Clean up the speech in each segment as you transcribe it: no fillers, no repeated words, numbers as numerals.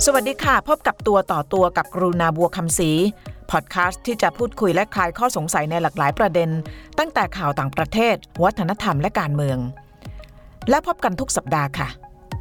สวัสดีค่ะพบกับตัวต่อตัวกับกรุณาบัวคำศรีพอดแคสต์ที่จะพูดคุยและคลายข้อสงสัยในหลากหลายประเด็นตั้งแต่ข่าวต่างประเทศวัฒนธรรมและการเมืองและพบกันทุกสัปดาห์ค่ะ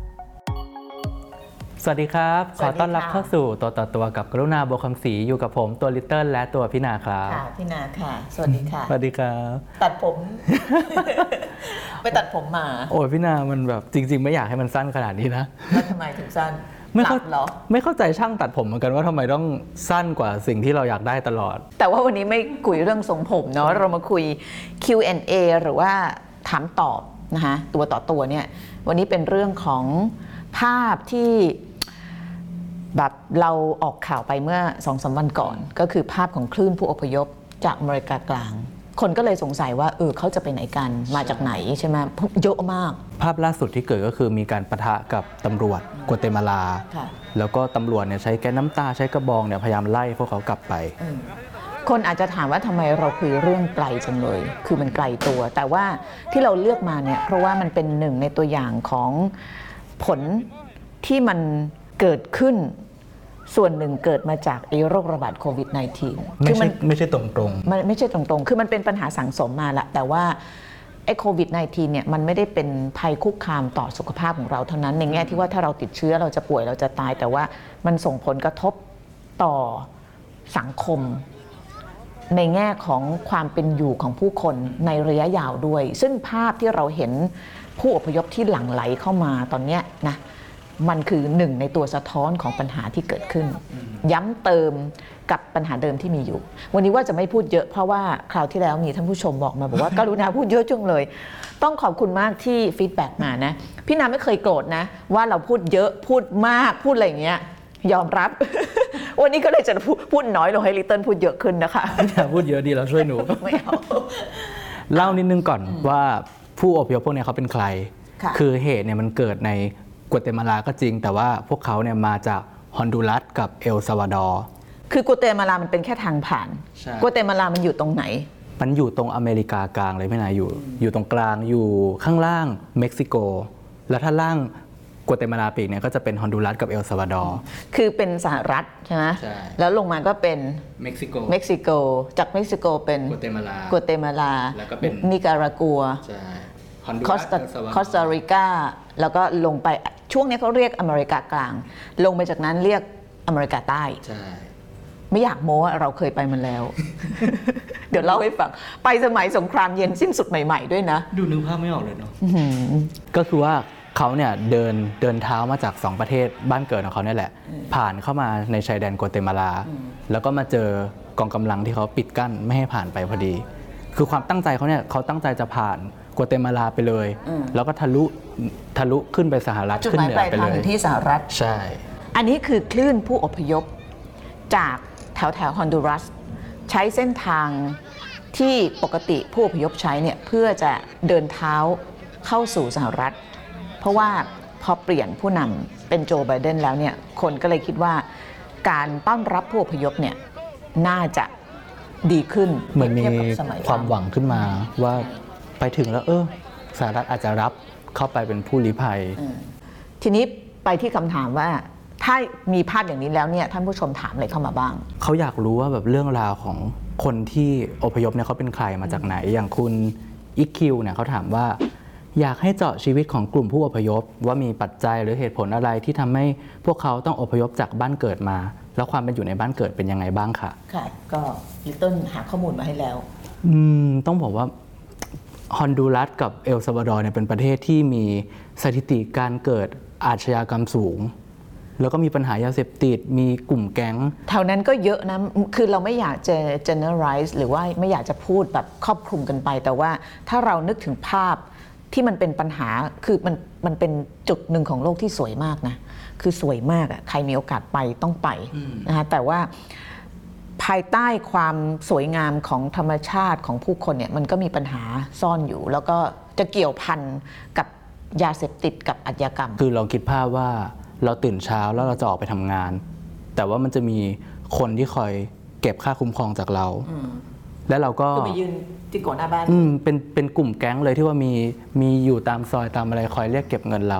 สวัสดีครับขอต้อนรับเข้าสู่ตัวต่อตัวกับกรุณาบัวคำศรีอยู่กับผมตัวลิตเติ้ลและตัวพี่นาครับค่ะพี่นาค่ะสวัสดีค่ะสวัสดีครับตัดผม ไปตัดผมมาโอ้ยพี่นามันแบบจริงๆไม่อยากให้มันสั้นขนาดนี้นะแล้วทำไมถึงสั้นไม่เข้าใจช่างตัดผมเหมือนกันว่าทำไมต้องสั้นกว่าสิ่งที่เราอยากได้ตลอดแต่ว่าวันนี้ไม่คุยเรื่องทรงผมเนาะเรามาคุย Q&A หรือว่าถามตอบนะคะตัวต่อตัวเนี่ยวันนี้เป็นเรื่องของภาพที่แบบเราออกข่าวไปเมื่อ 2-3 วันก่อนก็คือภาพของคลื่นผู้อพยพจากอเมริกากลางคนก็เลยสงสัยว่าเขาจะไปไหนกันมาจากไหนใช่ไหมเยอะมากภาพล่าสุดที่เกิดก็คือมีการปะทะกับตำรวจกัวเตมาลาแล้วก็ตำรวจเนี่ยใช้แก๊สน้ำตาใช้กระบองเนี่ยพยายามไล่พวกเขากลับไปคนอาจจะถามว่าทำไมเราคุยเรื่องไกลจังเลยคือมันไกลตัวแต่ว่าที่เราเลือกมาเนี่ยเพราะว่ามันเป็นหนึ่งในตัวอย่างของผลที่มันเกิดขึ้นส่วนหนึ่งเกิดมาจากโรคระบาดโควิด -19 คือมันไม่ใช่ตรงๆมันไม่ใช่ตรงๆคือมันเป็นปัญหาสังสมมาละแต่ว่าโควิด -19 เนี่ยมันไม่ได้เป็นภัยคุกคามต่อสุขภาพของเราเท่านั้นในแง่ที่ว่าถ้าเราติดเชื้อเราจะป่วยเราจะตายแต่ว่ามันส่งผลกระทบต่อสังคมในแง่ของความเป็นอยู่ของผู้คนในระยะยาวด้วยซึ่งภาพที่เราเห็นผู้อพยพที่หลั่งไหลเข้ามาตอนนี้นะมันคือหนึ่งในตัวสะท้อนของปัญหาที่เกิดขึ้นย้ำเติมกับปัญหาเดิมที่มีอยู่วันนี้ว่าจะไม่พูดเยอะเพราะว่าคราวที่แล้วมีท่านผู้ชมบอกมาบอกว่ากรุณาพูดเยอะจังเลยต้องขอบคุณมากที่ฟีดแบ็กมานะพี่นาไม่เคยโกรธนะว่าเราพูดเยอะพูดมากพูดอะไรอย่างเงี้ยยอมรับ วันนี้ก็เลยจะพูดน้อยลงให้ลิตเติ้ลพูดเยอะขึ้นนะคะอย่าพูดเยอะดีเราช่วยหนูไม่เอาเล่านิดนึงก่อนว่าผู้อพยพพวกนี้เขาเป็นใครคือเหตุเนี่ยมันเกิดในกัวเตมาลาก็จริงแต่ว่าพวกเขาเนี่ยมาจากฮอนดูรัสกับเอลซัลวาดอร์คือกัวเตมาลามันเป็นแค่ทางผ่านกัวเตมาลามันอยู่ตรงไหนมันอยู่ตรงอเมริกากลางเลยพี่นายอยู่ตรงกลางอยู่ข้างล่างเม็กซิโกแล้วถ้าล่างกัวเตมาลาปีกเนี่ยก็จะเป็นฮอนดูรัสกับเอลซัลวาดอร์คือเป็นสหรัฐใช่ไหมแล้วลงมาก็เป็นเม็กซิโกจากเม็กซิโกเป็นกัวเตมาลาแล้วก็เป็นนิการากัวคอสตาริกาแล้วก็ลงไปช่วงนี้เขาเรียกอเมริกากลางลงไปจากนั้นเรียกอเมริกาใต้ไม่อยากโม้เราเคยไปมันแล้ว เดี๋ยวเล่าให้ฟังไปสมัยสงครามเย็นสิ้นสุดใหม่ๆด้วยนะดูนึกภาพไม่ออกเลยเนาะก็คือว่าเขาเนี่ยเดินเท้ามาจาก2ประเทศบ้านเกิดของเขาเนี่ยแหละผ่านเข้ามาในชายแดนกัวเตมาลาแล้วก็มาเจอกองกำลังที่เขาปิดกั้นไม่ให้ผ่านไปพอดีคือความตั้งใจเขาเนี่ยเขาตั้งใจจะผ่านกัวเตมาลาไปเลยแล้วก็ทะลุขึ้นไปสหรัฐขึ้นเหนือไปเลยที่สหรัฐใช่อันนี้คือคลื่นผู้อพยพจากแถวฮอนดูรัสใช้เส้นทางที่ปกติผู้อพยพใช้เนี่ยเพื่อจะเดินเท้าเข้าสู่สหรัฐเพราะว่าพอเปลี่ยนผู้นำเป็นโจไบเดนแล้วเนี่ยคนก็เลยคิดว่าการต้อนรับผู้อพยพเนี่ยน่าจะดีขึ้นเหมือนมีความหวังขึ้นมาว่าไปถึงแล้วสหรัฐอาจจะรับเข้าไปเป็นผู้ลี้ภัยทีนี้ไปที่คำถามว่าถ้ามีภาพอย่างนี้แล้วเนี่ยท่านผู้ชมถามอะไรเข้ามาบ้างเขาอยากรู้ว่าแบบเรื่องราวของคนที่อพยพเนี่ยเขาเป็นใครมาจากไหนอย่างคุณอิคิวเนี่ยเขาถามว่าอยากให้เจาะชีวิตของกลุ่มผู้อพยพว่ามีปัจจัยหรือเหตุผลอะไรที่ทำให้พวกเขาต้องอพยพจากบ้านเกิดมาแล้วความเป็นอยู่ในบ้านเกิดเป็นยังไงบ้างค่ะค่ะก็ลิตเติ้ลหาข้อมูลมาให้แล้วต้องบอกว่าฮอนดูรัสกับเอลซัลวาดอร์เนี่ยเป็นประเทศที่มีสถิติการเกิดอาชญากรรมสูงแล้วก็มีปัญหายาเสพติดมีกลุ่มแก๊งแถวนั้นก็เยอะนะคือเราไม่อยากจะ generalize หรือว่าไม่อยากจะพูดแบบครอบคลุมกันไปแต่ว่าถ้าเรานึกถึงภาพที่มันเป็นปัญหาคือมันเป็นจุดหนึ่งของโลกที่สวยมากนะคือสวยมากอ่ะใครมีโอกาสไปต้องไปนะคะแต่ว่าภายใต้ความสวยงามของธรรมชาติของผู้คนเนี่ยมันก็มีปัญหาซ่อนอยู่แล้วก็จะเกี่ยวพันกับยาเสพติดกับอาชญากรรมคือเราคิดภาพว่าเราตื่นเช้าแล้วเราจะออกไปทำงานแต่ว่ามันจะมีคนที่คอยเก็บค่าคุ้มครองจากเราแล้วเราก็ไปยืนที่โกนหน้าบ้านเป็นกลุ่มแก๊งเลยที่ว่ามีอยู่ตามซอยตามอะไรคอยเรียกเก็บเงินเรา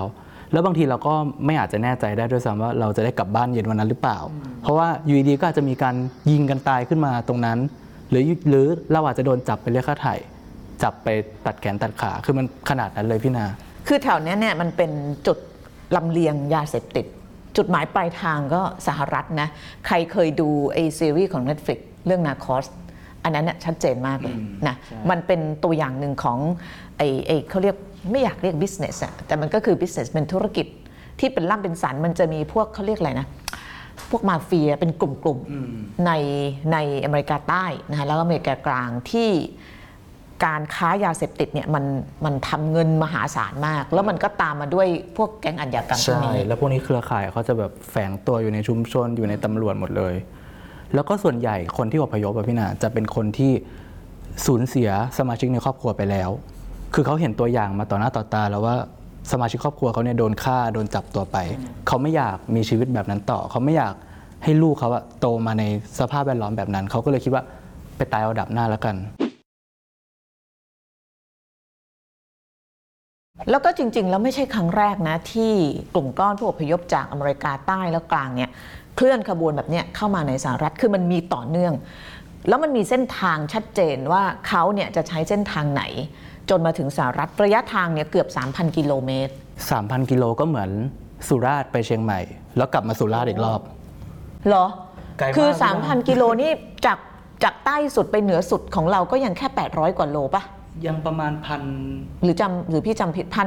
แล้วบางทีเราก็ไม่อาจจะแน่ใจได้ด้วยซ้ำว่าเราจะได้กลับบ้านเย็นวันนั้นหรือเปล่าเพราะว่าอยู่ดีๆก็อาจจะมีการยิงกันตายขึ้นมาตรงนั้นหรือเราอาจจะโดนจับไปเรียกค่าไถ่จับไปตัดแขนตัดขาคือมันขนาดนั้นเลยพี่นาคือแถวนี้เนี่ยมันเป็นจุดลำเลียงยาเสพติดจุดหมายปลายทางก็สหรัฐนะใครเคยดูไอซีรีส์ของ Netflix เรื่อง Narcos อันนั้นเนี่ยชัดเจนมากเลยนะมันเป็นตัวอย่างหนึ่งของไอเขาเรียกไม่อยากเรียก business อะแต่มันก็คือ business เป็นธุรกิจที่เป็นล่ำเป็นสันมันจะมีพวกเขาเรียกอะไรนะพวกมาเฟียเป็นกลุ่มๆในอเมริกาใต้นะคะแล้วก็อเมริกากลางที่การค้ายาเสพติดเนี่ยมันทำเงินมหาศาลมากแล้วมันก็ตามมาด้วยพวกแก๊งอาชญากรรมพวกนี้แล้วพวกนี้เครือข่ายเขาจะแบบแฝงตัวอยู่ในชุมชนอยู่ในตำรวจหมดเลยแล้วก็ส่วนใหญ่คนที่อพยพอะพี่นาจะเป็นคนที่สูญเสียสมาชิกในครอบครัวไปแล้วคือเขาเห็นตัวอย่างมาต่อหน้าต่อตาแล้วว่าสมาชิกครอบครัวเขาเนี่ยโดนฆ่าโดนจับตัวไปเขาไม่อยากมีชีวิตแบบนั้นต่อเขาไม่อยากให้ลูกเขาอะโตมาในสภาพแวดล้อมแบบนั้นเขาก็เลยคิดว่าไปตายเอาดับหน้าแล้วกันแล้วก็จริงๆแล้วไม่ใช่ครั้งแรกนะที่กลุ่มก้อนผู้อพยพจากอเมริกาใต้และกลางเนี่ยเคลื่อนขบวนแบบนี้เข้ามาในสหรัฐคือมันมีต่อเนื่องแล้วมันมีเส้นทางชัดเจนว่าเขาเนี่ยจะใช้เส้นทางไหนจนมาถึงสหรัฐระยะทางเนี่ยเกือบ 3,000 กิโลเมตร 3,000 กิโลก็เหมือนสุราษฎร์ไปเชียงใหม่แล้วกลับมาสุราษฎร์อีกรอบเหรอคือ 3,000 กิโลนี่จากใต้สุดไปเหนือสุดของเราก็ยังแค่800 กว่าโลป่ะยังประมาณพันหรือพี่จำผิด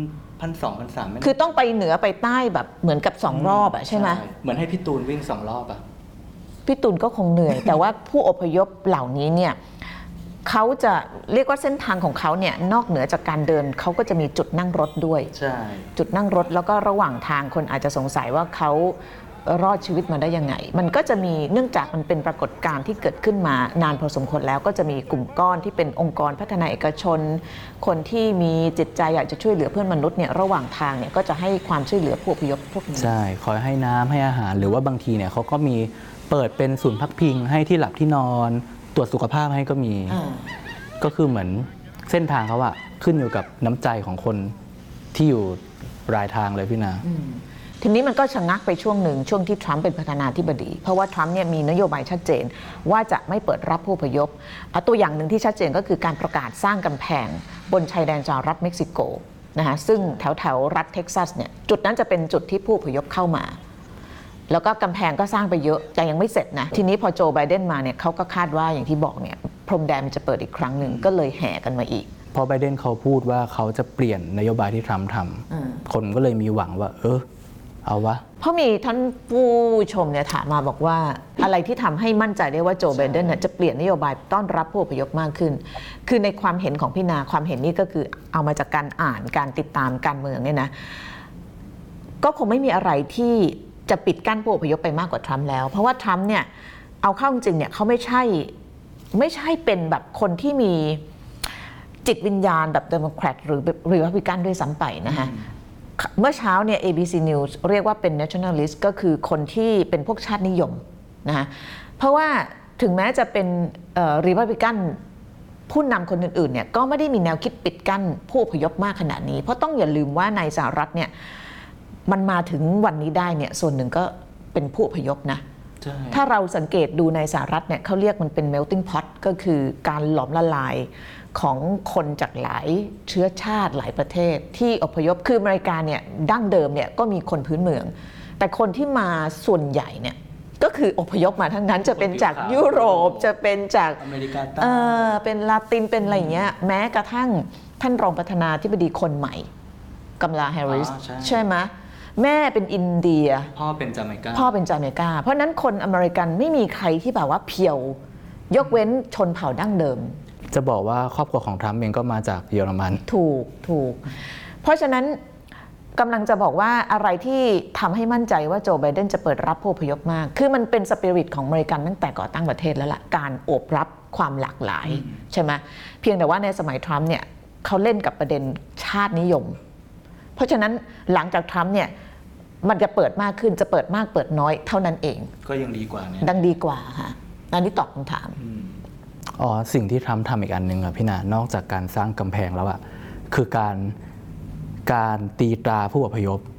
1,200-1,300 คือต้องไปเหนือไปใต้แบบเหมือนกับ2 รอบอะใช่ไหมเหมือนให้พี่ตูนวิ่ง2 รอบอะพี่ตูนก็คงเหนื่อย แต่ว่าผู้อพยพเหล่านี้เนี่ยเขาจะเรียกว่าเส้นทางของเขาเนี่ยนอกเหนือจากการเดินเขาก็จะมีจุดนั่งรถด้วยใช่จุดนั่งรถแล้วก็ระหว่างทางคนอาจจะสงสัยว่าเขารอดชีวิตมาได้ยังไงมันก็จะมีเนื่องจากมันเป็นปรากฏการณ์ที่เกิดขึ้นมานานพอสมควรแล้วก็จะมีกลุ่มก้อนที่เป็นองค์กรพัฒนาเอกชนคนที่มีจิตใจอยากจะช่วยเหลือเพื่อนมนุษย์เนี่ยระหว่างทางเนี่ยก็จะให้ความช่วยเหลือผู้อพยพพวกนี้ใช่คอยให้น้ำให้อาหารหรือว่าบางทีเนี่ยเขาก็มีเปิดเป็นศูนย์พักพิงให้ที่หลับที่นอนตรวจสุขภาพให้ก็มีก็คือเหมือนเส้นทางเขาอะขึ้นอยู่กับน้ำใจของคนที่อยู่ปลายทางเลยพี่นาทีนี้มันก็ชะงักไปช่วงหนึ่งช่วงที่ทรัมป์เป็นประธานาธิบดีเพราะว่าทรัมป์เนี่ยมีนโยบายชัดเจนว่าจะไม่เปิดรับผู้อพยพตัวอย่างหนึ่งที่ชัดเจนก็คือการประกาศสร้างกำแพงบนชายแดนสหรัฐเม็กซิโกนะคะซึ่งแถวรัฐเท็กซัสเนี่ยจุดนั้นจะเป็นจุดที่ผู้อพยพเข้ามาแล้วก็กำแพงก็สร้างไปเยอะแต่ยังไม่เสร็จนะทีนี้พอโจไบเดนมาเนี่ยเขาก็คาดว่าอย่างที่บอกเนี่ยพรมแดนมันจะเปิดอีกครั้งหนึ่งก็เลยแห่กันมาอีกพอไบเดนเขาพูดว่าเขาจะเปลี่ยนนโยบายที่ทรัมป์ทำคนก็เลยมีหวังว่าเอาวะเพราะมีท่านผู้ชมเนี่ยถามมาบอกว่าอะไรที่ทำให้มั่นใจได้ว่าโจไบเดนจะเปลี่ยนนโยบายต้อนรับผู้อพยพมากขึ้นคือในความเห็นของพี่นาความเห็นนี้ก็คือเอามาจากการอ่านการติดตามการเมืองเนี่ยนะก็คงไม่มีอะไรที่จะปิดกั้นผู้อพยพไปมากกว่าทรัมป์แล้วเพราะว่าทรัมป์เนี่ยเอาเข้าจริงเนี่ยเขาไม่ใช่เป็นแบบคนที่มีจิตวิญญาณแบบเดโมแครตหรือรีพับลิกันด้วยซ้ำไปนะคะเมื่อเช้าเนี่ย ABC News เรียกว่าเป็น nationalist ก็คือคนที่เป็นพวกชาตินิยมนะคะเพราะว่าถึงแม้จะเป็นรีพับลิกันผู้นำคนอื่นๆเนี่ยก็ไม่ได้มีแนวคิดปิดกั้นผู้อพยพมากขนาดนี้เพราะต้องอย่าลืมว่าในสหรัฐเนี่ยมันมาถึงวันนี้ได้เนี่ยส่วนหนึ่งก็เป็นผู้อพยพนะถ้าเราสังเกตดูในสหรัฐเนี่ยเขาเรียกมันเป็น melting pot ก็คือการหลอมละลายของคนจากหลายเชื้อชาติหลายประเทศที่อพยพคืออเมริกาเนี่ยดั้งเดิมเนี่ยก็มีคนพื้นเมืองแต่คนที่มาส่วนใหญ่เนี่ยก็คืออพยพมาทั้งนั้นจะเป็นจากยุโรปจะเป็นจากอเมริกาใต้เป็นลาตินเป็นอะไรอย่างเงี้ยแม้กระทั่งท่านรองประธานาธิบดีคนใหม่กัมลาแฮร์ริสใช่ไหมแม่เป็นอินเดียพ่อเป็นจาเมกาเพราะนั้นคนอเมริกันไม่มีใครที่แบบว่าเพียวยกเว้นชนเผ่าดั้งเดิมจะบอกว่าครอบครัวของทรัมป์เองก็มาจากเยอรมันถูกเพราะฉะนั้นกำลังจะบอกว่าอะไรที่ทำให้มั่นใจว่าโจไบเดนจะเปิดรับผู้อพยพมากคือมันเป็นสปิริตของอเมริกันตั้งแต่ก่อตั้งประเทศแล้วล่ะการโอบรับความหลากหลายใช่ไหมเพียงแต่ว่าในสมัยทรัมป์เนี่ยเขาเล่นกับประเด็นชาตินิยมเพราะฉะนั้นหลังจากทรัมป์เนี่ยมันจะเปิดมากขึ้นจะเปิดมากเปิดน้อยเท่านั้นเองก็ยังดีกว่าเนี่ยดังดีกว่าค่ะอันนี้ตอบคำถามสิ่งที่ทรัมป์ทำอีกอันหนึ่งอะพี่นานอกจากการสร้างกำแพงแล้วอะคือการตีตราผู้อพยพ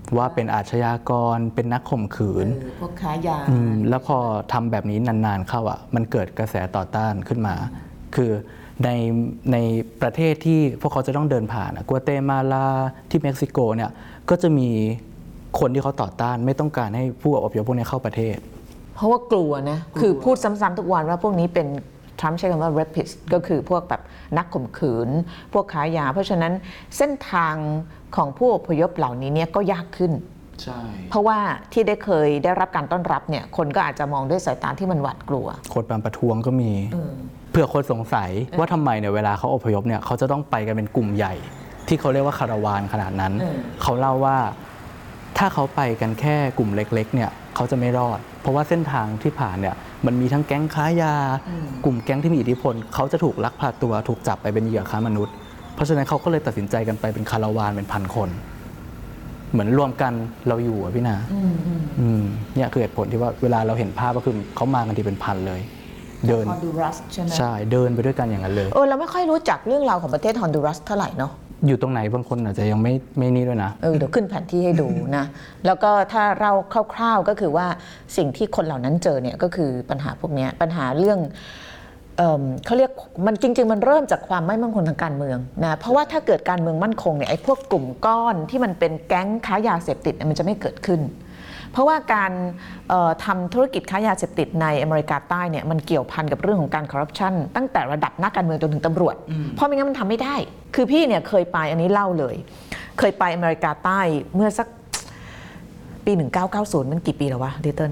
ว่าเป็นอาชญากรเป็นนักข่มขืนพวกค้ายาแล้วพอทำแบบนี้นานๆเข้าอ่ะมันเกิดกระแสต่อต้านขึ้นมา คือในประเทศที่พวกเขาจะต้องเดินผ่านกัวเตมาลาที่เม็กซิโกเนี่ยก็จะมีคนที่เขาต่อต้านไม่ต้องการให้ผู้อพยพพวกนี้เข้าประเทศเพราะว่ากลัวนะคือพูดซ้ำๆทุกวันว่าพวกนี้เป็นทรัมป์ใช้คำว่า rapist ก็คือพวกแบบนักข่มขืนพวกค้ายาเพราะฉะนั้นเส้นทางของผู้อพยพเหล่านี้เนี่ยก็ยากขึ้นใช่เพราะว่าที่เคยได้รับการต้อนรับเนี่ยคนก็อาจจะมองด้วยสายตาที่มันหวาดกลัวคนบางประท้วงก็มีเพื่อคนสงสัยว่าทำไมเนี่ยเวลาเขาอพยพเนี่ยเขาจะต้องไปกันเป็นกลุ่มใหญ่ที่เขาเรียกว่าคาราวานขนาดนั้นเขาเล่าว่าถ้าเขาไปกันแค่กลุ่มเล็กๆเนี่ยเขาจะไม่รอดเพราะว่าเส้นทางที่ผ่านเนี่ยมันมีทั้งแก๊งค้ายากลุ่มแก๊งที่มีอิทธิพลเขาจะถูกลักพาตัวถูกจับไปเป็นเหยื่อค้ามนุษย์เพราะฉะนั้นเขาก็เลยตัดสินใจกันไปเป็นคาราวานเป็นพันคนเหมือนรวมกันเราอยู่อะพี่นาเนี่ยคือเหตุผลที่ว่าเวลาเราเห็นภาพก็คือเขามากันทีเป็นพันเลยเดินฮอนดูรัสใช่ไหมใช่เดินไปด้วยกันอย่างนั้นเลยเราไม่ค่อยรู้จักเรื่องราวของประเทศฮอนดูรัสเท่าไหร่เนาะอยู่ตรงไหนบางคนอาจจะยังไม่นี่ด้วยนะเดี๋ยวขึ้นแผนที่ให้ดูนะแล้วก็ถ้าเราคร่าวๆก็คือว่าสิ่งที่คนเหล่านั้นเจอเนี่ยก็คือปัญหาพวกนี้ปัญหาเรื่องเขาเรียกมันจริงๆมันเริ่มจากความไม่มั่นคงทางการเมืองนะเพราะว่าถ้าเกิดการเมืองมั่นคงเนี่ยไอ้พวกกลุ่มก้อนที่มันเป็นแก๊งค้ายาเสพติดมันจะไม่เกิดขึ้นเพราะว่าการทำธุรกิจค้ายาเสพติดในอเมริกาใต้เนี่ยมันเกี่ยวพันกับเรื่องของการคอร์รัปชันตั้งแต่ระดับนักการเมืองจนถึงตำรวจเพราะไม่งั้นมันทำไม่ได้คือพี่เนี่ยเคยไปอันนี้เล่าเลยเคยไปอเมริกาใต้เมื่อสักปี1990มันกี่ปีแล้ววะลิตเติ้ล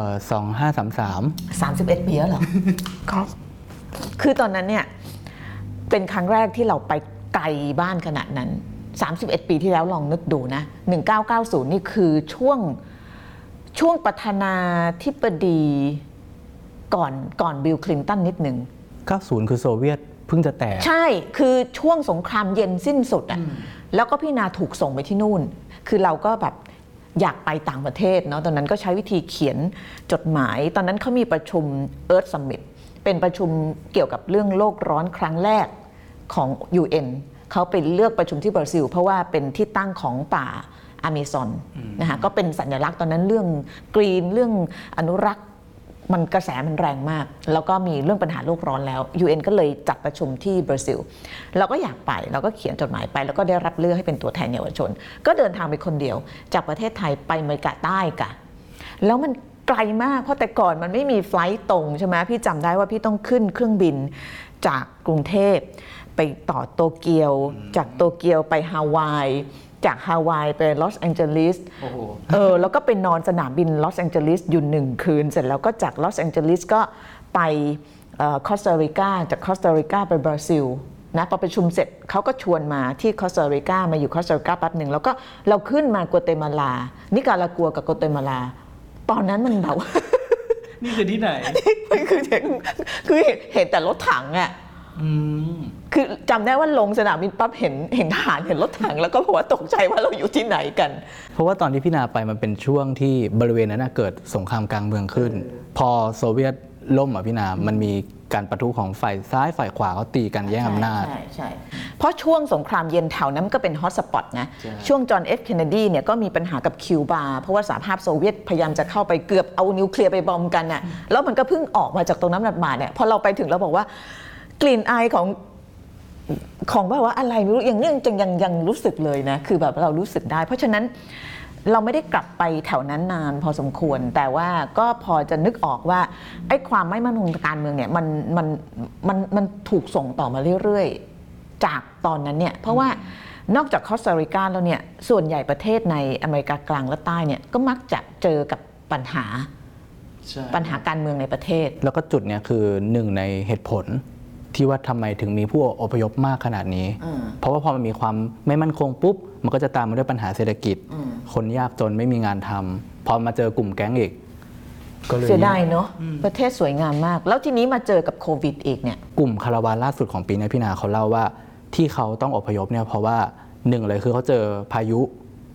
2533 31 ปีแล้วเหรอครับคือตอนนั้นเนี่ยเป็นครั้งแรกที่เราไปไกลบ้านขนาดนั้น31 ปีที่แล้วลองนึกดูนะ1990นี่คือช่วงประธานาธิบดีก่อนบิลคลินตันนิดหนึ่ง 90คือโซเวียตเพิ่งจะแตกใช่คือช่วงสงครามเย็นสิ้นสุดอ่ะแล้วก็พี่นาถูกส่งไปที่นู่นคือเราก็แบบอยากไปต่างประเทศเนาะตอนนั้นก็ใช้วิธีเขียนจดหมายตอนนั้นเขามีประชุม Earth Summit เป็นประชุมเกี่ยวกับเรื่องโลกร้อนครั้งแรกของ UN เขาไปเลือกประชุมที่บราซิลเพราะว่าเป็นที่ตั้งของป่าอเมซอนนะคะก็เป็นสัญลักษณ์ตอนนั้นเรื่องกรีนเรื่องอนุรักษ์มันกระแสมันแรงมากแล้วก็มีเรื่องปัญหาโลกร้อนแล้ว UN ก็เลยจัดประชุมที่บราซิลเราก็อยากไปเราก็เขียนจดหมายไปแล้วก็ได้รับเลือกให้เป็นตัวแทนเยาวชนก็เดินทางไปคนเดียวจากประเทศไทยไปอเมริกาใต้กะแล้วมันไกลมากเพราะแต่ก่อนมันไม่มีไฟลท์ตรงใช่ไหมพี่จำได้ว่าพี่ต้องขึ้นเครื่องบินจากกรุงเทพไปต่อโตเกียวจากโตเกียวไปฮาวายจากฮาวายไปลอสแองเจลิสแล้วก็ไปนอนสนามบินลอสแองเจลิสอยู่1 คืนเสร็จแล้วก็จากลอสแองเจลิสก็ไปคอสตาริกาจากคอสตาริกาไปบราซิลนะพอประชุมเสร็จเขาก็ชวนมาที่คอสตาริกามาอยู่คอสตาริกาแป๊บหนึ่งแล้วก็เราขึ้นมากัวเตมาลานิการากัวกับกัวเตมาลาตอนนั้นมันแบบนี่คือที่ไหนคือเห็นแต่รถถังอ่ะคือจำได้ว่าลงสนามบินปั๊บเห็นทหารเห็นรถถังแล้วก็บอกว่าตกใจว่าเราอยู่ที่ไหนกันเพราะว่าตอนที่พี่นาไปมันเป็นช่วงที่บริเวณนั้นเกิดสงครามกลางเมืองขึ้นพอโซเวียตล่มพี่นามันมีการปะทุของฝ่ายซ้ายฝ่ายขวาเขาตีกันแย่งอำนาจใช่เพราะช่วงสงครามเย็นแถวนั้นก็เป็นฮอตสปอตนะช่วงจอห์น F. เคนเนดีเนี่ยก็มีปัญหากับคิวบาเพราะว่าสหภาพโซเวียตพยายามจะเข้าไปเกือบเอานิวเคลียร์ไปบอมกันน่ะแล้วมันก็เพิ่งออกมาจากตรงนั้นหมาดๆเนี่ยพอเราไปถึงเราบอกว่ากลิ่นอายของแบบว่าอะไรไม่รู้ยังรู้สึกเลยนะคือแบบเรารู้สึกได้เพราะฉะนั้นเราไม่ได้กลับไปแถวนั้นนานพอสมควรแต่ว่าก็พอจะนึกออกว่าไอ้ความไม่มั่นคงทางการเมืองเนี่ยมันถูกส่งต่อมาเรื่อยๆจากตอนนั้นเนี่ยเพราะว่านอกจากคอสตาริกาแล้วเนี่ยส่วนใหญ่ประเทศในอเมริกากลางและใต้เนี่ยก็มักจะเจอกับปัญหาการเมืองในประเทศแล้วก็จุดเนี่ยคือหนึ่งในเหตุผลที่ว่าทำไมถึงมีผู้อพยพมากขนาดนี้เพราะว่าพอมันมีความไม่มั่นคงปุ๊บมันก็จะตามมาด้วยปัญหาเศรษฐกิจคนยากจนไม่มีงานทำพอมาเจอกลุ่มแก๊งอีกก็เลยเสียดายเนาะประเทศสวยงามมากแล้วทีนี้มาเจอกับโควิดอีกเนี่ยกลุ่มคาราวานล่าสุดของปีนี้พี่นาเขาเล่าว่าที่เขาต้องอพยพเนี่ยเพราะว่า1เลยคือเขาเจอพายุ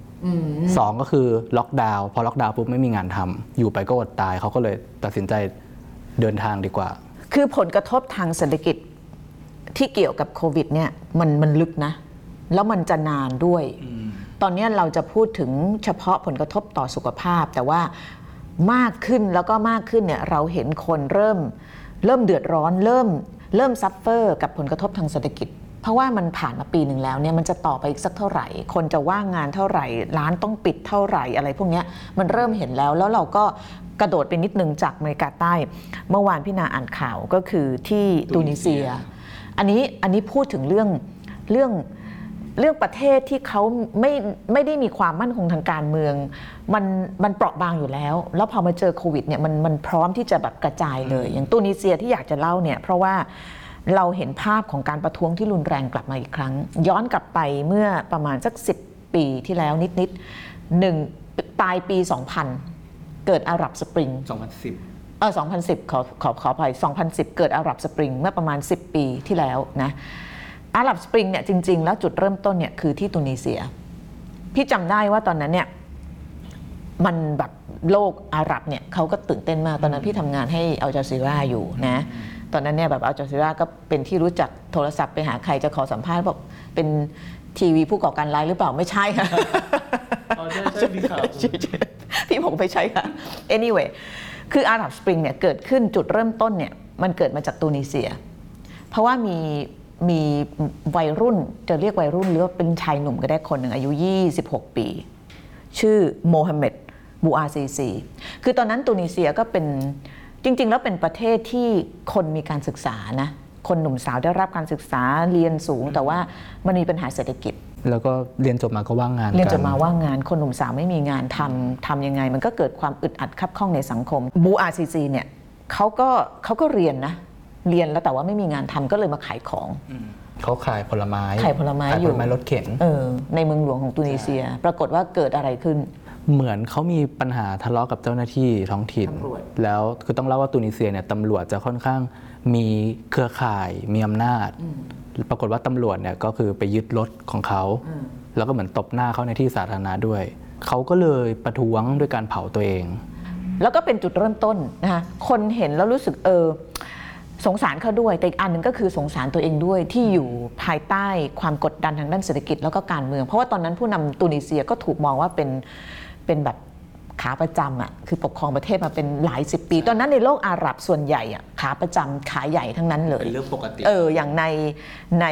2ก็คือล็อกดาวน์พอล็อกดาวน์ปุ๊บไม่มีงานทำอยู่ไปก็อดตายเขาก็เลยตัดสินใจเดินทางดีกว่าคือผลกระทบทางเศรษฐกิจที่เกี่ยวกับโควิดเนี่ยมันลึกนะแล้วมันจะนานด้วยตอนนี้เราจะพูดถึงเฉพาะผลกระทบต่อสุขภาพแต่ว่ามากขึ้นแล้วก็มากขึ้นเนี่ยเราเห็นคนเริ่มเดือดร้อนเริ่มซัฟเฟอร์กับผลกระทบทางเศรษฐกิจเพราะว่ามันผ่านมาปีหนึ่งแล้วเนี่ยมันจะต่อไปอีกสักเท่าไหร่คนจะว่างงานเท่าไหร่ร้านต้องปิดเท่าไหร่อะไรพวกนี้มันเริ่มเห็นแล้วเราก็กระโดดไปนิดนึงจากอเมริกาใต้เมื่อวานพี่นาอ่านข่าวก็คือที่ตูนิเซียอันนี้พูดถึงเรื่องประเทศที่เขาไม่ได้มีความมั่นคงทางการเมืองมันเปราะบางอยู่แล้วพอมาเจอโควิดเนี่ยมันพร้อมที่จะแบบกระจายเลยอย่างตูนิเซียที่อยากจะเล่าเนี่ยเพราะว่าเราเห็นภาพของการประท้วงที่รุนแรงกลับมาอีกครั้งย้อนกลับไปเมื่อประมาณสัก10 ปีที่แล้วนิดปลายปี 2000 เกิดอาหรับสปริง 2010 ขออภัย 2010 เกิดอาหรับสปริงเมื่อประมาณ10 ปีที่แล้วนะอาหรับสปริงเนี่ยจริงๆแล้วจุดเริ่มต้นเนี่ยคือที่ตูนิเซียพี่จำได้ว่าตอนนั้นเนี่ยมันแบบโลกอาหรับเนี่ยเขาก็ตื่นเต้นมากตอนนั้นพี่ทำงานให้อัลจาซีราอยู่นะตอนนั้นเนี่ยแบบอัลจาซีราก็เป็นที่รู้จักโทรศัพท์ไปหาใครจะขอสัมภาษณ์บอกเป็นทีวีผู้ก่อการร้ายหรือเปล่าไม่ใช่ค่ะใช่ค่ะพี่ผมไม่ใช่ค่ะ anyway คืออาหรับสปริงเนี่ยเกิดขึ้นจุดเริ่มต้นเนี่ยมันเกิดมาจากตูนิเซียเพราะว่ามีวัยรุ่นจะเรียกวัยรุ่นหรือว่าเป็นชายหนุ่มก็ได้คนหนึ่งอายุ26 ปีชื่อโมฮัมเหม็ดบูอาซีซีคือตอนนั้นตูนิเซียก็เป็นจริงๆแล้วเป็นประเทศที่คนมีการศึกษานะคนหนุ่มสาวได้รับการศึกษาเรียนสูงแต่ว่ามันมีปัญหาเศรษฐกิจแล้วก็เรียนจบมาก็ว่างงานเรียนจบมาว่างงานคนหนุ่มสาวไม่มีงานทำยังไงมันก็เกิดความอึดอัดคับข้องในสังคมบูอาซีซีเนี่ยเขาก็เรียนนะเรียนแล้วแต่ว่าไม่มีงานทำก็เลยมาขายของเขาขายผลไม้อยู่รถเข็นในเมืองหลวงของตูนิเซียปรากฏว่าเกิดอะไรขึ้นเหมือนเขามีปัญหาทะเลาะกับเจ้าหน้าที่ท้องถิ่นแล้วคือต้องเล่าว่าตูนิเซียเนี่ยตำรวจจะค่อนข้างมีเครือข่ายมีอำนาจปรากฏว่าตำรวจเนี่ยก็คือไปยึดรถของเขาแล้วก็เหมือนตบหน้าเขาในที่สาธารณะด้วยเขาก็เลยประท้วงด้วยการเผาตัวเองแล้วก็เป็นจุดเริ่มต้นนะคะคนเห็นแล้วรู้สึกสงสารเขาด้วยแต่อีกอันหนึ่งก็คือสงสารตัวเองด้วยที่อยู่ภายใต้ความกดดันทางด้านเศรษฐกิจแล้วก็การเมืองเพราะว่าตอนนั้นผู้นำตูนิเซียก็ถูกมองว่าเป็นแบบขาประจำอ่ะคือปกครองประเทศมาเป็นหลาย10 ปีตอนนั้นในโลกอาหรับส่วนใหญ่อ่ะขาประจำขาใหญ่ทั้งนั้นเลยเป็นเรื่องปกติอย่างใน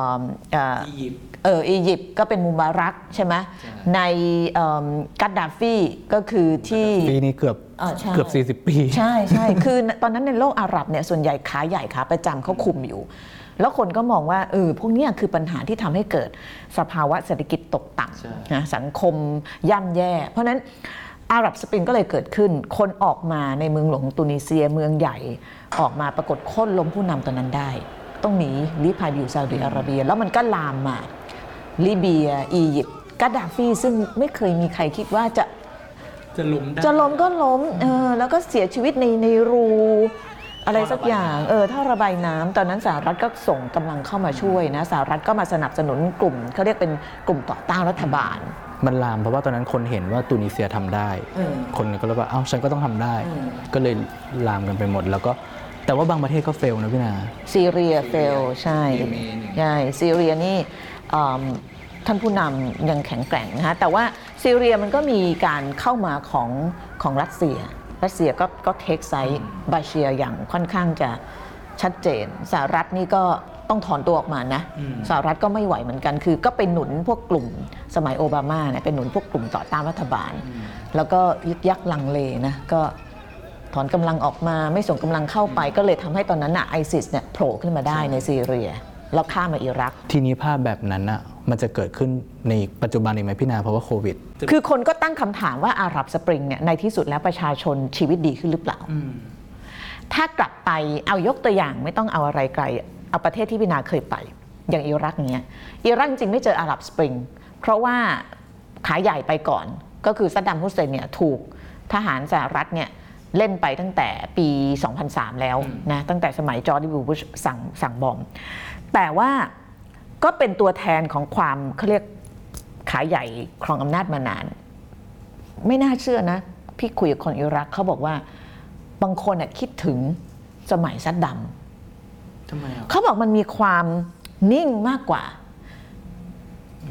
อียิปต์ก็เป็นมุบารักใช่ไหมในกัดดาฟีก็คือที่ปีนี้เกือบ40 ปีใช่คือตอนนั้นในโลกอาหรับเนี่ยส่วนใหญ่ขาใหญ่ขาประจำเขาคุมอยู่แล้วคนก็มองว่าพวกนี้คือปัญหาที่ทำให้เกิดสภาวะเศรษฐกิจตกต่ำนะสังคมย่ำแย่เพราะนั้นอาหรับสปริงก็เลยเกิดขึ้นคนออกมาในเมืองหลวงของตูนิเซียเมืองใหญ่ออกมาปรากฏโค่นล้มผู้นำตอนนั้นได้ต้องหนีลี้ภัยอยู่ซาอุดิอาระเบียแล้วมันก็ลามมาลิเบียอียิปต์กัดดาฟีซึ่งไม่เคยมีใครคิดว่าจะล้มก็ล้มแล้วก็เสียชีวิตในรูอะไรสักอย่างถ้าระบายน้ำตอนนั้นสหรัฐก็ส่งกำลังเข้ามาช่วยนะสหรัฐก็มาสนับสนุนกลุ่มเขาเรียกเป็นกลุ่มต่อต้านรัฐบาลมันลามเพราะว่าตอนนั้นคนเห็นว่าตูนิเซียทำได้คนก็เลยว่าฉันก็ต้องทำได้ก็เลยลามกันไปหมดแล้วก็แต่ว่าบางประเทศก็เฟลนะพี่นาซีเรียเฟลใช่ซีเรียนี่ท่านผู้นำยังแข็งแกร่งนะคะแต่ว่าซีเรียมันก็มีการเข้ามาของรัสเซียก็เทคไซส์บาเชียอย่างค่อนข้างจะชัดเจนสหรัฐนี่ก็ต้องถอนตัวออกมานะสหรัฐก็ไม่ไหวเหมือนกันคือก็ไปหนุนพวกกลุ่มสมัยโอบามาเนี่ยเป็นหนุนพวกกลุ่มต่อต้านรัฐบาลแล้วก็ยึกยักลังเลนะก็ถอนกำลังออกมาไม่ส่งกำลังเข้าไปก็เลยทำให้ตอนนั้นไอซิสเนี่ยโผล่ขึ้นมาได้ในซีเรียแล้วข้ามมาอิรักทีนี้ภาพแบบนั้นมันจะเกิดขึ้นในปัจจุบันอีกไหมพี่นาเพราะว่าโควิดคือคนก็ตั้งคำถามว่าอาหรับสปริงเนี่ยในที่สุดแล้วประชาชนชีวิตดีขึ้นหรือเปล่าถ้ากลับไปเอายกตัวอย่างไม่ต้องเอาอะไรไกลเอาประเทศที่พี่นาเคยไปอย่างอิรักเนี้ยอิรักจริงไม่เจออาหรับสปริงเพราะว่าขาใหญ่ไปก่อนก็คือซัดดัมฮุสเซนเนี่ยถูกทหารสหรัฐเนี่ยเล่นไปตั้งแต่ปี 2003 แล้วนะตั้งแต่สมัยจอร์จ W. บุชสั่งบอมแต่ว่าก็เป็นตัวแทนของความเขาเรียกขาใหญ่ครองอำนาจมานานไม่น่าเชื่อนะพี่คุยกับคนอิรักเขาบอกว่าบางคนคิดถึงสมัยซัดดัมเขาบอกมันมีความนิ่งมากกว่า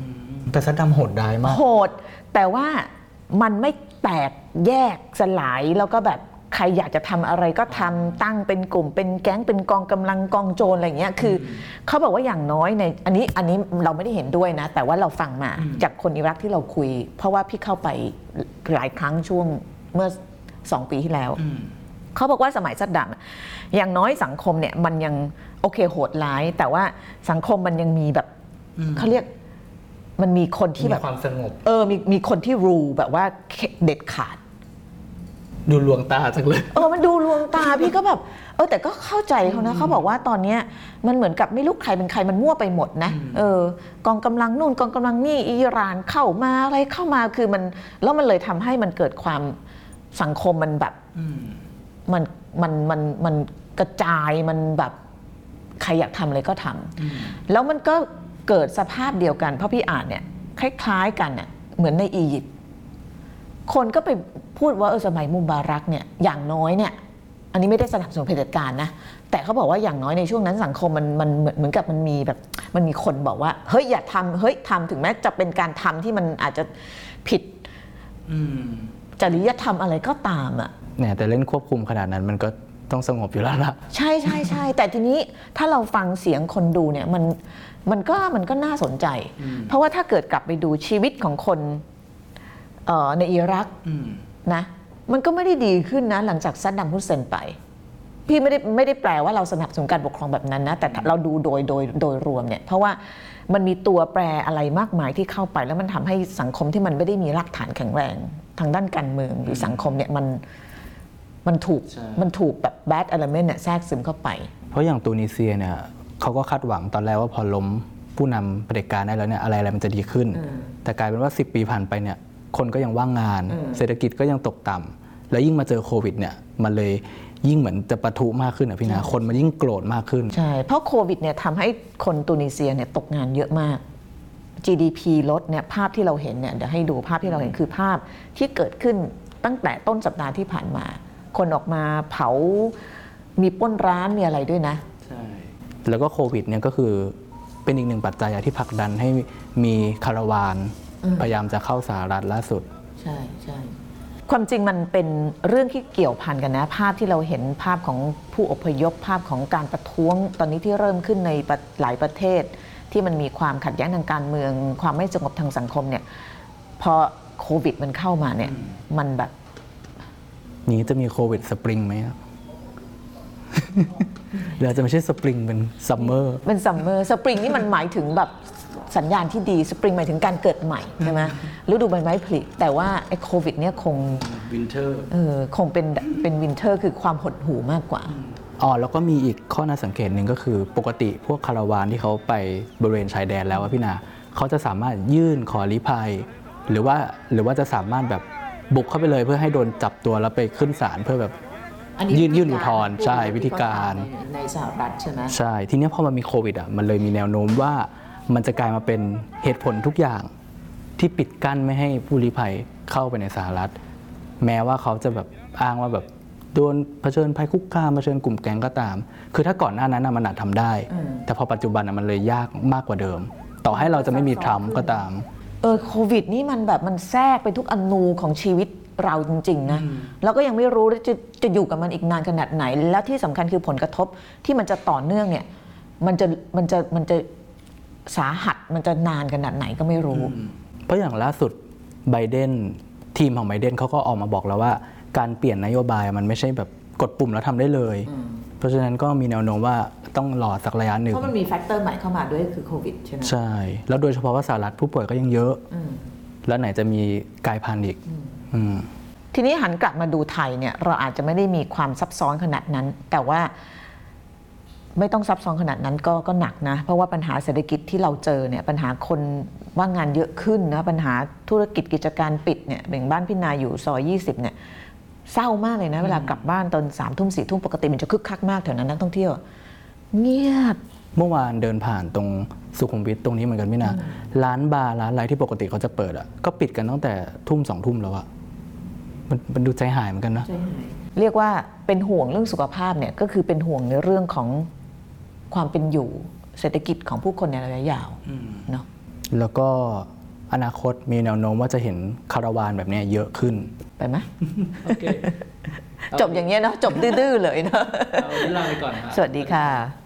แต่ซัดดัมโหดร้ายมากโหดแต่ว่ามันไม่แตกแยกสลายแล้วก็แบบใครอยากจะทำอะไรก็ทำตั้งเป็นกลุ่มเป็นแก๊งเป็นกองกำลังกองโจรอะไรเงี้ยคือเขาบอกว่าอย่างน้อยในอันนี้เราไม่ได้เห็นด้วยนะแต่ว่าเราฟังมาจากคนอิรักที่เราคุยเพราะว่าพี่เข้าไปหลายครั้งช่วงเมื่อ2 ปีที่แล้วเขาบอกว่าสมัยซัดดัมอย่างน้อยสังคมเนี่ยมันยังโอเคโหดร้ายแต่ว่าสังคมมันยังมีแบบเขาเรียกมันมีคนที่แบบมีความสงบมีคนที่รูแบบว่าเด็ดขาดดูลวงตาจังเลยมันดูลวงตาพี่ก็แบบแต่ก็เข้าใจเขานะเขาบอกว่าตอนนี้มันเหมือนกับไม่รู้ใครเป็นใครมันมั่วไปหมดนะกองกำลังนู่นกองกำลังนี่อิหร่านเข้ามาอะไรเข้ามาคือมันแล้วมันเลยทำให้มันเกิดความสังคมมันแบบมันกระจายมันแบบใครอยากทำอะไรก็ทำแล้วมันก็เกิดสภาพเดียวกันเพราะพี่อ่านเนี่ยคล้ายๆกันเนี่ยเหมือนในอียิปต์คนก็ไปพูดว่าสมัยมุบารักเนี่ยอย่างน้อยเนี่ยอันนี้ไม่ได้สนับสนุนเผด็จการนะแต่เขาบอกว่าอย่างน้อยในช่วงนั้นสังคมมันเหมือนกับมันมีแบบมันมีคนบอกว่าเฮ้ยอย่าทำเฮ้ยทำถึงแม้จะเป็นการทำที่มันอาจจะผิดจริยธรรมอะไรก็ตามเนี่ยแต่เล่นควบคุมขนาดนั้นมันก็ต้องสงบอยู่แล้วล่ะใช่ใช่ใช่แต่ทีนี้ถ้าเราฟังเสียงคนดูเนี่ยมันก็น่าสนใจเพราะว่าถ้าเกิดกลับไปดูชีวิตของคนในอิรักนะมันก็ไม่ได้ดีขึ้นนะหลังจากซัดดัมฮุสเซนไปพี่ไม่ได้แปลว่าเราสนับสนุนการปกครองแบบนั้นนะแต่เราดูโดยรวมเนี่ยเพราะว่ามันมีตัวแปรอะไรมากมายที่เข้าไปแล้วมันทำให้สังคมที่มันไม่ได้มีรากฐานแข็งแรงทางด้านการเมืองหรือสังคมเนี่ยมันถูกแบบ bad element เนี่ยแทรกซึมเข้าไปเพราะอย่างตูนิเซียเนี่ยเขาก็คาดหวังตอนแรกว่าพอล้มผู้นำเผด็จการได้แล้วเนี่ยอะไรมันจะดีขึ้นแต่กลายเป็นว่า10 ปีผ่านไปเนี่ยคนก็ยังว่างงานเศรษฐกิจก็ยังตกต่ำแล้วยิ่งมาเจอโควิดเนี่ยมันเลยยิ่งเหมือนจะปะทุมากขึ้นพี่นะคนมันยิ่งโกรธมากขึ้นใช่เพราะโควิดเนี่ยทำให้คนตูนิเซียเนี่ยตกงานเยอะมาก GDP ลดเนี่ยภาพที่เราเห็นเนี่ยเดี๋ยวให้ดูภาพที่เราเห็นคือภาพที่เกิดขึ้นตั้งแต่ต้นสัปดาห์ที่ผ่านมาคนออกมาเผามีปล้นร้านมีอะไรด้วยนะใช่แล้วก็โควิดเนี่ยก็คือเป็นอีกหนึ่งปัจจัยที่ผลักดันให้มีคาราวานพยายามจะเข้าสหรัฐล่าสุดใช่ใช่ความจริงมันเป็นเรื่องที่เกี่ยวพันกันนะภาพที่เราเห็นภาพของผู้อพยพภาพของการประท้วงตอนนี้ที่เริ่มขึ้นในหลายประเทศที่มันมีความขัดแย้งทางการเมืองความไม่สงบทางสังคมเนี่ยพอโควิดมันเข้ามาเนี่ยมันแบบนี้จะมีโควิดสปริงไหมครับเดี๋ยวจะไม่ใช่สปริงเป็นซัมเมอร์เป็นซัมเมอร์สปริงนี่มันหมายถึงแบบสัญญาณที่ดีสปริงหมายถึงการเกิดใหม่ใช่ไหมฤดูใบไม้ผลิแต่ว่าไอ้โควิดเนี่ยคงวินเทอร์คงเป็นวินเทอร์คือความหดหู่มากกว่าแล้วก็มีอีกข้อน่าสังเกตหนึ่งก็คือปกติพวกคาราวานที่เขาไปบริเวณชายแดนแล้วพี่นาเขาจะสามารถยื่นขอลี้ภัยหรือว่าจะสามารถแบบบุกเข้าไปเลยเพื่อให้โดนจับตัวแล้วไปขึ้นศาลเพื่อแบบยื่นอุทธรณ์ใช่วิธีการในสหรัฐใช่ไหมใช่ทีนี้พอมันมีโควิดมันเลยมีแนวโน้มว่ามันจะกลายมาเป็นเหตุผลทุกอย่างที่ปิดกั้นไม่ให้ผู้ลี้ภัยเข้าไปในสหรัฐแม้ว่าเขาจะแบบอ้างว่าแบบโดนเผชิญภัยคุกคามเผชิญกลุ่มแก๊งก็ตามคือถ้าก่อนหน้านั้นมันอาจทำได้แต่พอปัจจุบันมันเลยยากมากกว่าเดิมต่อให้เราจะไม่มีทรัมป์ก็ตามโควิดนี่มันแบบมันแทรกไปทุกอนูของชีวิตเราจริงๆนะเราก็ยังไม่รู้ว่าจะอยู่กับมันอีกนานขนาดไหนแล้วที่สำคัญคือผลกระทบที่มันจะต่อเนื่องเนี่ยมันจะสาหัสมันจะนานขนาดไหนก็ไม่รู้เพราะอย่างล่าสุดไบเดนทีมของไบเดนเขาก็ออกมาบอกแล้วว่าการเปลี่ยนนโยบายมันไม่ใช่แบบกดปุ่มแล้วทำได้เลยเพราะฉะนั้นก็มีแนวโน้มว่าต้องรอสักระยะหนึ่งเพราะมันมีแฟกเตอร์ใหม่เข้ามาด้วยคือโควิดใช่ไหมใช่แล้วโดยเฉพาะว่าสหรัฐผู้ป่วยก็ยังเยอะแล้วไหนจะมีกลายพันธุ์อีกทีนี้หันกลับมาดูไทยเนี่ยเราอาจจะไม่ได้มีความซับซ้อนขนาดนั้นแต่ว่าไม่ต้องซับซ้อนขนาดนั้นก็หนักนะเพราะว่าปัญหาเศรษฐกิจที่เราเจอเนี่ยปัญหาคนว่างงานเยอะขึ้นนะปัญหาธุรกิจกิจการปิดเนี่ยแบ่งบ้านพี่นาอยู่ซอย20เนี่ยเศร้ามากเลยนะเวลากลับบ้านตอน3 ทุ่ม4 ทุ่มปกติมันจะคึกคักมากแถวนั้นนักท่องเที่ยวเงียบเมื่อวานเดินผ่านตรงสุขุมวิทตรงนี้เหมือนกันพี่นาร้านบาร์ร้านอะไรที่ปกติเขาจะเปิดก็ปิดกันตั้งแต่ทุ่ม2 ทุ่มแล้วมันดูใจหายเหมือนกันนะเรียกว่าเป็นห่วงเรื่องสุขภาพเนี่ยก็คือเป็นห่วงในเรื่องของความเป็นอยู่เศรษฐกิจของผู้คนในระยะยาวเนาะแล้วก็อนาคตมีแนวโน้มว่าจะเห็นคาราวานแบบนี้เยอะขึ้นไปไหมโอเคจบอย่างเงี้ยเนาะจบดื้อๆเลยเนาะเอาวันนี้ลาไปก่อนครับสวัสดีค่ะ